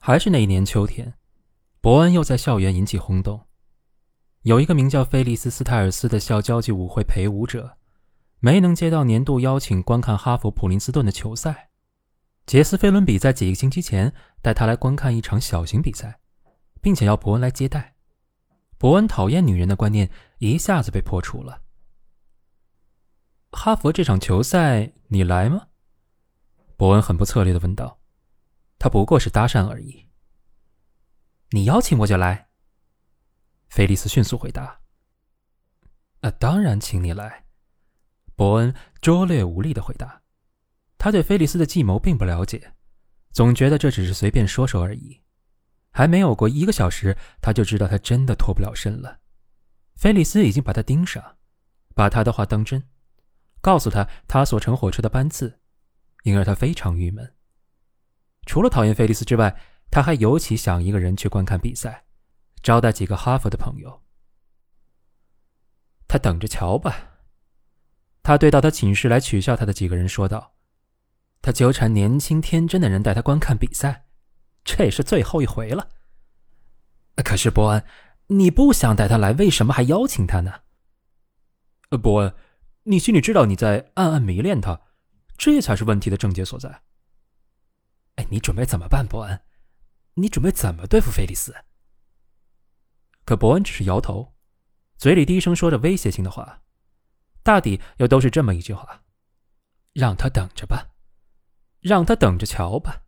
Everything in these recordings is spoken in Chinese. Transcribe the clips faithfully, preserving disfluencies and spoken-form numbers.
还是那一年秋天，伯恩又在校园引起轰动。有一个名叫菲利斯·斯泰尔斯的校交际舞会陪舞者，没能接到年度邀请观看哈佛普林斯顿的球赛。杰斯·菲伦比在几个星期前带他来观看一场小型比赛，并且要伯恩来接待。伯恩讨厌女人的观念一下子被破除了。哈佛这场球赛你来吗？伯恩很不策略地问道。他不过是搭讪而已。你邀请我就来。菲利斯迅速回答。啊，当然请你来。伯恩拙劣无力地回答。他对菲利斯的计谋并不了解，总觉得这只是随便说说而已。还没有过一个小时，他就知道他真的脱不了身了。菲利斯已经把他盯上，把他的话当真，告诉他他所乘火车的班次，因而他非常郁闷。除了讨厌菲利斯之外，他还尤其想一个人去观看比赛，招待几个哈佛的朋友。他等着瞧吧。他对到他寝室来取笑他的几个人说道。他纠缠年轻天真的人带他观看比赛，这也是最后一回了。可是伯恩，你不想带他来，为什么还邀请他呢？呃，伯恩，你心里知道你在暗暗迷恋他，这才是问题的症结所在。哎，你准备怎么办，伯恩？你准备怎么对付菲利斯？可伯恩只是摇头，嘴里低声说着威胁性的话，大抵又都是这么一句话：让他等着吧，让他等着瞧吧。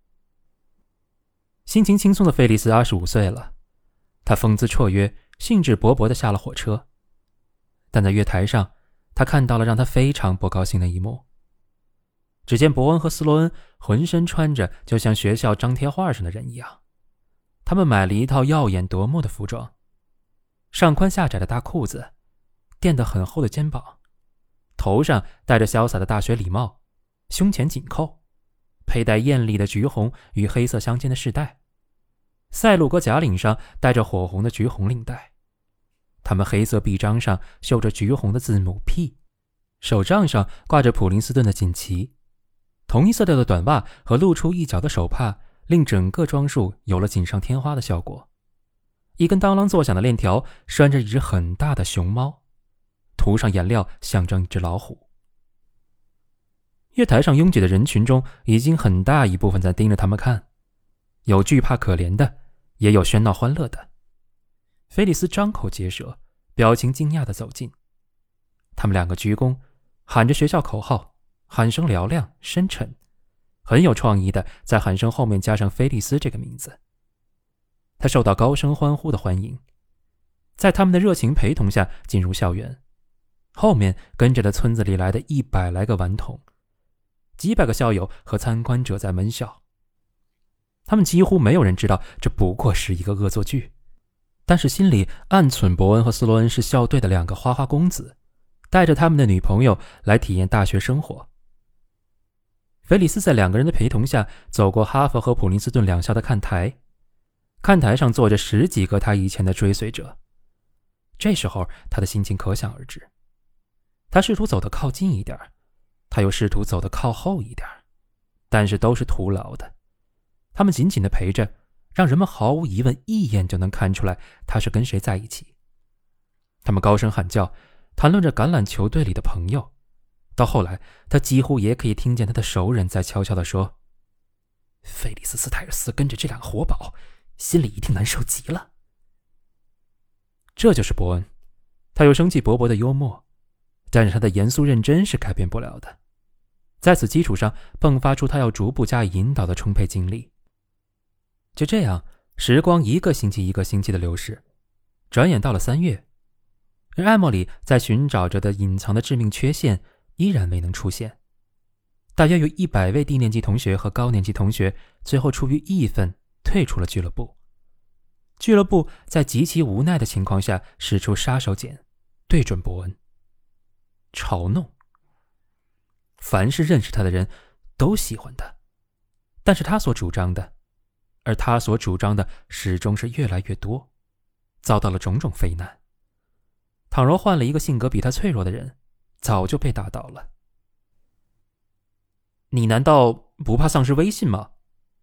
心情轻松的菲利斯二十五岁了，他风姿绰约，兴致勃勃地下了火车。但在月台上，他看到了让他非常不高兴的一幕。只见伯恩和斯洛恩浑身穿着就像学校张贴画上的人一样，他们买了一套耀眼夺目的服装，上宽下窄的大裤子，垫得很厚的肩膀，头上戴着潇洒的大学礼帽，胸前紧扣，佩戴艳丽的橘红与黑色相间的饰带，赛璐格甲领上戴着火红的橘红领带，他们黑色臂章上绣着橘红的字母 P， 手杖上挂着普林斯顿的锦旗。同一色调的短袜和露出一角的手帕令整个装束有了锦上添花的效果。一根当啷作响的链条拴着一只很大的熊猫，涂上颜料象征一只老虎。月台上拥挤的人群中，已经很大一部分在盯着他们看，有惧怕可怜的，也有喧闹欢乐的。菲利斯张口结舌，表情惊讶地走近。他们两个鞠躬，喊着学校口号，喊声嘹亮深沉，很有创意的在喊声后面加上菲利斯这个名字。他受到高声欢呼的欢迎，在他们的热情陪同下进入校园，后面跟着了村子里来的一百来个顽童，几百个校友和参观者在闷笑。他们几乎没有人知道这不过是一个恶作剧，但是心里暗忖伯恩和斯洛恩是校队的两个花花公子，带着他们的女朋友来体验大学生活。菲利斯在两个人的陪同下走过哈佛和普林斯顿两校的看台，看台上坐着十几个他以前的追随者。这时候他的心情可想而知，他试图走得靠近一点，他又试图走得靠后一点，但是都是徒劳的。他们紧紧地陪着，让人们毫无疑问一眼就能看出来他是跟谁在一起。他们高声喊叫，谈论着橄榄球队里的朋友，到后来他几乎也可以听见他的熟人在悄悄地说，菲利斯·斯泰尔斯跟着这两个活宝，心里一定难受极了。这就是伯恩，他有生气勃勃的幽默，但是他的严肃认真是改变不了的，在此基础上迸发出他要逐步加以引导的充沛精力。就这样，时光一个星期一个星期的流逝，转眼到了三月，而艾默里在寻找着的隐藏的致命缺陷依然未能出现。大约有一百位低年级同学和高年级同学最后出于义愤退出了俱乐部。俱乐部在极其无奈的情况下使出杀手锏，对准伯恩。嘲弄。凡是认识他的人都喜欢他，但是他所主张的，而他所主张的始终是越来越多，遭到了种种非难。倘若换了一个性格比他脆弱的人，早就被打倒了。你难道不怕丧失威信吗？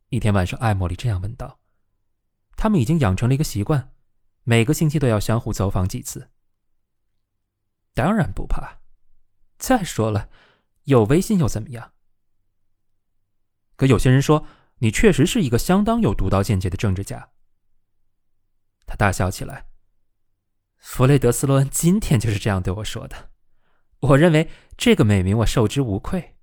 一天晚上，艾莫里这样问道。他们已经养成了一个习惯，每个星期都要相互走访几次。当然不怕。再说了，有微信又怎么样？可有些人说，你确实是一个相当有独到见解的政治家。他大笑起来。弗雷德斯洛恩今天就是这样对我说的。我认为这个美名我受之无愧。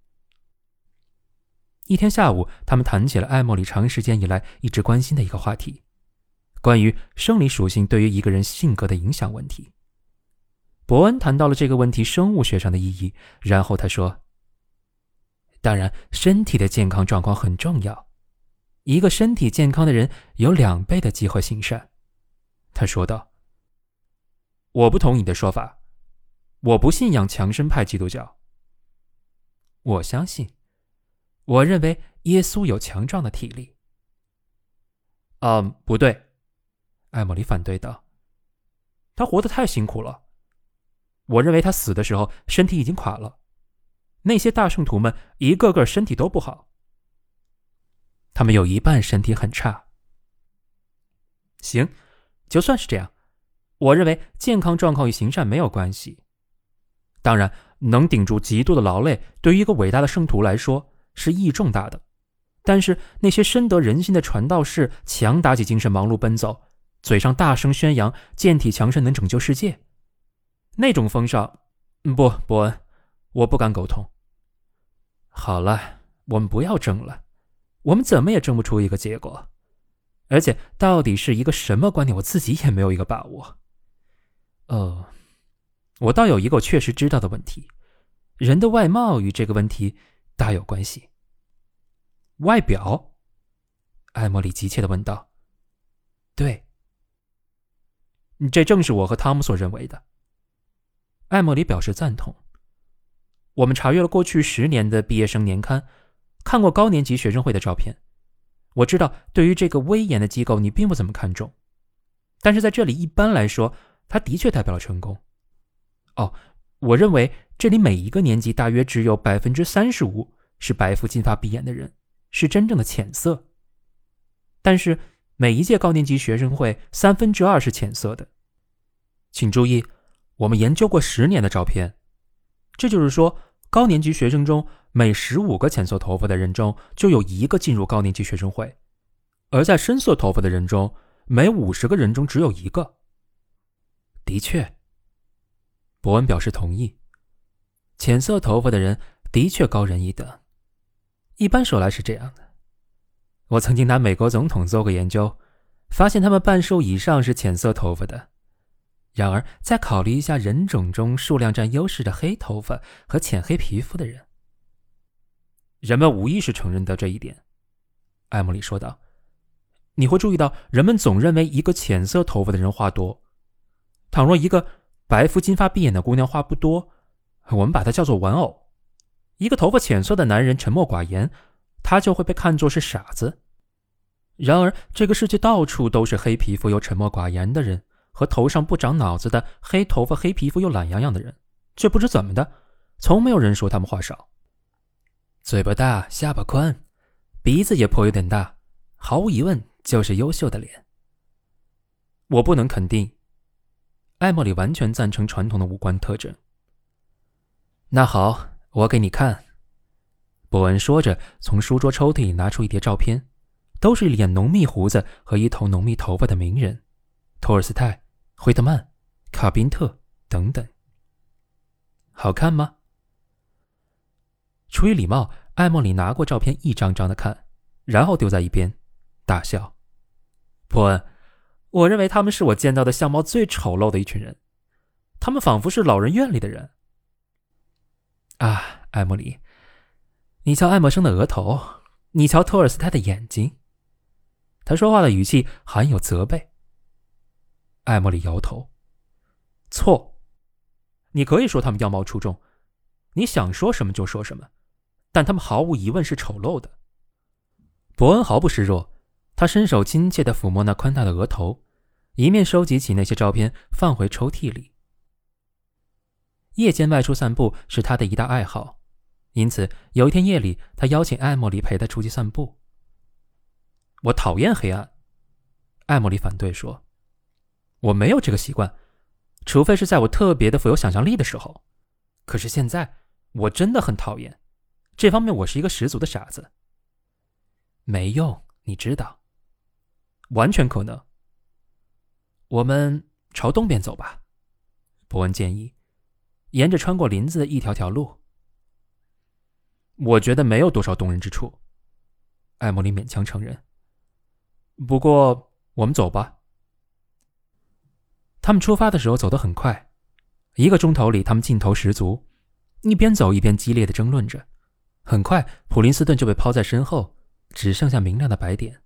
一天下午，他们谈起了艾莫里长时间以来一直关心的一个话题，关于生理属性对于一个人性格的影响问题。伯恩谈到了这个问题生物学上的意义，然后他说，当然身体的健康状况很重要，一个身体健康的人有两倍的机会行善。他说道，我不同意你的说法，我不信仰强身派基督教。我相信，我认为耶稣有强壮的体力。嗯，不对，艾莫里反对道，他活得太辛苦了。我认为他死的时候身体已经垮了，那些大圣徒们一个个身体都不好，他们有一半身体很差。行，就算是这样，我认为健康状况与行善没有关系。当然，能顶住极度的劳累，对于一个伟大的圣徒来说是意义重大的。但是那些深得人心的传道士强打起精神忙碌奔走，嘴上大声宣扬健体强身能拯救世界，那种风尚，不，伯恩，我不敢苟同。好了，我们不要争了，我们怎么也争不出一个结果。而且到底是一个什么观点，我自己也没有一个把握。呃，我倒有一个我确实知道的问题，人的外貌与这个问题大有关系。外表？艾莫里急切地问道。对，这正是我和汤姆所认为的。艾莫里表示赞同。我们查阅了过去十年的毕业生年刊，看过高年级学生会的照片。我知道对于这个威严的机构你并不怎么看重，但是在这里一般来说，它的确代表了成功。哦，我认为这里每一个年级大约只有 百分之三十五 是白肤金发碧眼的人，是真正的浅色。但是每一届高年级学生会三分之二是浅色的。请注意，我们研究过十年的照片，这就是说高年级学生中每十五个浅色头发的人中就有一个进入高年级学生会，而在深色头发的人中每五十个人中只有一个。的确，伯恩表示同意，浅色头发的人的确高人一等，一般说来是这样的。我曾经拿美国总统做过研究，发现他们半数以上是浅色头发的。然而再考虑一下人种中数量占优势的黑头发和浅黑皮肤的人，人们无意识承认的这一点，艾莫里说道。你会注意到人们总认为一个浅色头发的人话多，倘若一个白肤金发碧眼的姑娘话不多，我们把它叫做玩偶。一个头发浅色的男人沉默寡言，他就会被看作是傻子。然而这个世界到处都是黑皮肤又沉默寡言的人，和头上不长脑子的黑头发黑皮肤又懒洋洋的人，却不知怎么的，从没有人说他们话少。嘴巴大，下巴宽，鼻子也颇有点大，毫无疑问就是优秀的脸。我不能肯定，艾莫里完全赞成传统的五官特征。那好，我给你看。伯恩说着，从书桌抽屉里拿出一叠照片，都是脸浓密胡子和一头浓密头发的名人，托尔斯泰、惠特曼、卡宾特等等。好看吗？出于礼貌，艾莫里拿过照片一张张的看，然后丢在一边，大笑。伯恩，我认为他们是我见到的相貌最丑陋的一群人，他们仿佛是老人院里的人。啊，艾莫里，你瞧爱默生的额头，你瞧托尔斯泰的眼睛。他说话的语气含有责备。艾莫里摇头。错，你可以说他们样貌出众，你想说什么就说什么，但他们毫无疑问是丑陋的。伯恩毫不示弱，他伸手亲切地抚摸那宽大的额头，一面收集起那些照片放回抽屉里。夜间外出散步是他的一大爱好，因此有一天夜里，他邀请艾莫里陪他出去散步。 我讨厌黑暗。艾莫里反对说，我没有这个习惯，除非是在我特别的富有想象力的时候。可是现在我真的很讨厌，这方面我是一个十足的傻子。没用，你知道。完全可能。我们朝东边走吧，伯恩建议，沿着穿过林子的一条条路。我觉得没有多少动人之处，艾莫里勉强承认。不过我们走吧。他们出发的时候走得很快，一个钟头里他们劲头十足，一边走一边激烈地争论着。很快普林斯顿就被抛在身后，只剩下明亮的白点。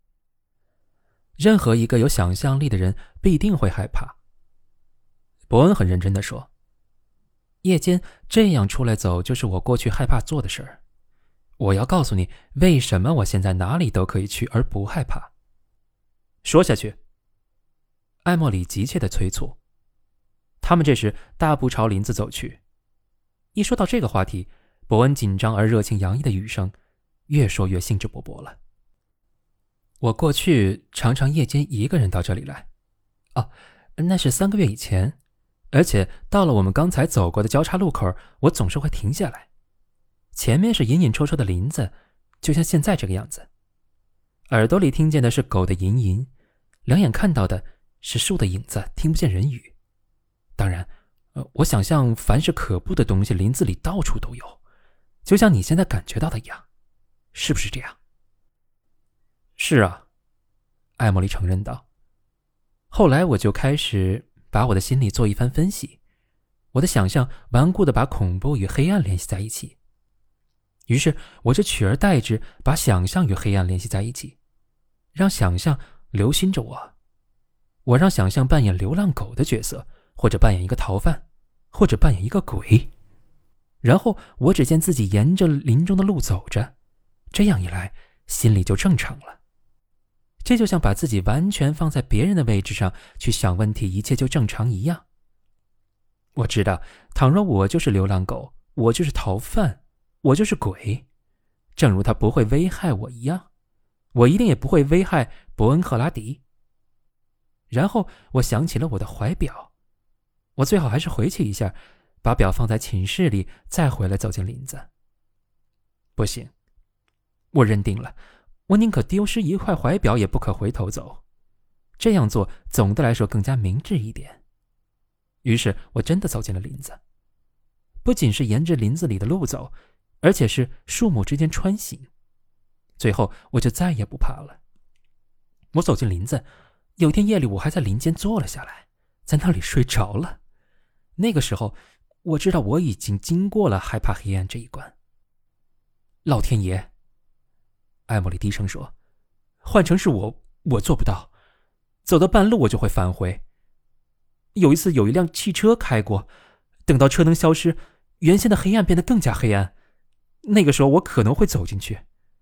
任何一个有想象力的人必定会害怕。伯恩很认真地说，夜间这样出来走就是我过去害怕做的事儿。我要告诉你为什么我现在哪里都可以去而不害怕。说下去。艾莫里急切地催促。他们这时大步朝林子走去。一说到这个话题，伯恩紧张而热情洋溢的语声越说越兴致勃勃了。我过去常常夜间一个人到这里来。哦，那是三个月以前。而且到了我们刚才走过的交叉路口，我总是会停下来。前面是隐隐绰绰的林子，就像现在这个样子。耳朵里听见的是狗的吟吟，两眼看到的是树的影子，听不见人语。当然，呃，我想象凡是可怖的东西，林子里到处都有，就像你现在感觉到的一样，是不是这样？是啊，艾莫里承认道。后来我就开始把我的心里做一番分析，我的想象顽固地把恐怖与黑暗联系在一起。于是我就取而代之，把想象与黑暗联系在一起，让想象留心着我。我让想象扮演流浪狗的角色，或者扮演一个逃犯，或者扮演一个鬼。然后我只见自己沿着林中的路走着，这样一来心里就正常了。这就像把自己完全放在别人的位置上去想问题，一切就正常一样。我知道，倘若我就是流浪狗，我就是逃犯，我就是鬼，正如他不会危害我一样，我一定也不会危害伯恩·赫拉迪。然后我想起了我的怀表，我最好还是回去一下，把表放在寝室里，再回来走进林子。不行，我认定了，我宁可丢失一块怀表，也不可回头走。这样做总的来说更加明智一点。于是我真的走进了林子，不仅是沿着林子里的路走，而且是树木之间穿行。最后我就再也不怕了。我走进林子，有一天夜里我还在林间坐了下来，在那里睡着了。那个时候我知道我已经经过了害怕黑暗这一关。老天爷，艾莫里低声说，换成是我，我做不到。走到半路我就会返回。有一次有一辆汽车开过，等到车灯消失，原先的黑暗变得更加黑暗，那个时候我可能会走进去。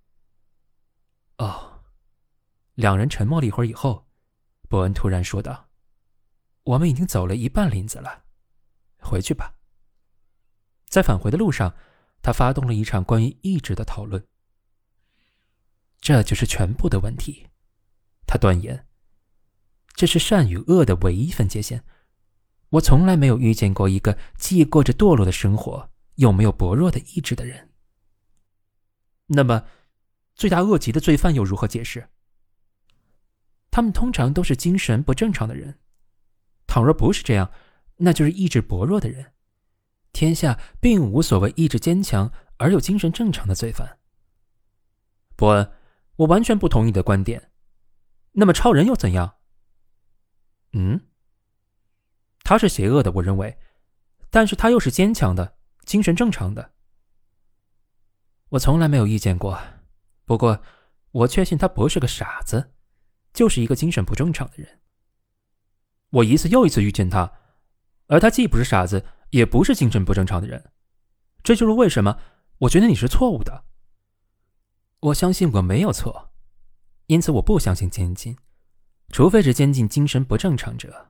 哦，两人沉默了一会儿以后，伯恩突然说道，我们已经走了一半林子了，回去吧。在返回的路上，他发动了一场关于意志的讨论。这就是全部的问题，他断言，这是善与恶的唯一分界线。我从来没有遇见过一个既过着堕落的生活，又没有薄弱的意志的人。那么罪大恶极的罪犯又如何解释？他们通常都是精神不正常的人。倘若不是这样，那就是意志薄弱的人。天下并无所谓意志坚强而又精神正常的罪犯。伯恩，我完全不同意你的观点。那么超人又怎样？嗯，他是邪恶的，我认为，但是他又是坚强的，精神正常的。我从来没有遇见过，不过我确信他不是个傻子，就是一个精神不正常的人。我一次又一次遇见他，而他既不是傻子，也不是精神不正常的人。这就是为什么我觉得你是错误的。我相信我没有错，因此我不相信监禁，除非是监禁精神不正常者。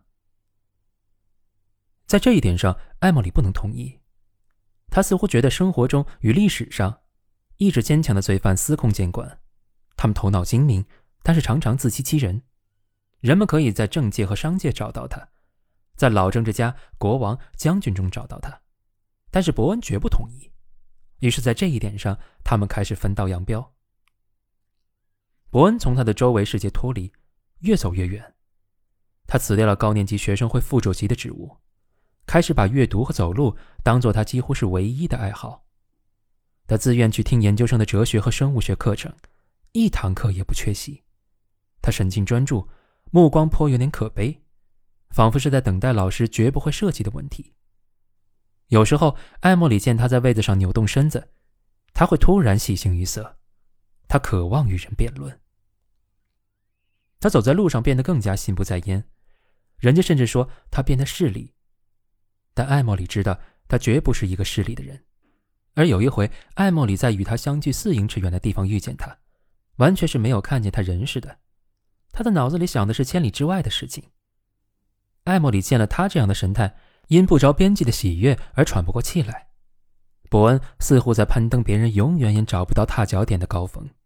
在这一点上，艾莫里不能同意。他似乎觉得生活中与历史上，意志坚强的罪犯司空见惯，他们头脑精明， 但是常常自欺欺人。人们可以在政界和商界找到他，在老政治家、国王、将军中找到他，但是伯恩绝不同意。于是在这一点上，他们开始分道扬镳。伯恩从他的周围世界脱离，越走越远。他辞掉了高年级学生会副主席的职务，开始把阅读和走路当作他几乎是唯一的爱好。他自愿去听研究生的哲学和生物学课程，一堂课也不缺席。他神经专注，目光颇有点可悲，仿佛是在等待老师绝不会涉及的问题。有时候艾默里见他在位子上扭动身子，他会突然喜形于色，他渴望与人辩论。他走在路上变得更加心不在焉，人家甚至说他变得势利，但艾默里知道他绝不是一个势利的人。而有一回，艾默里在与他相距四英尺远的地方遇见他，完全是没有看见他人似的，他的脑子里想的是千里之外的事情。艾默里见了他这样的神态，因不着边际的喜悦而喘不过气来。伯恩似乎在攀登别人永远也找不到踏脚点的高峰。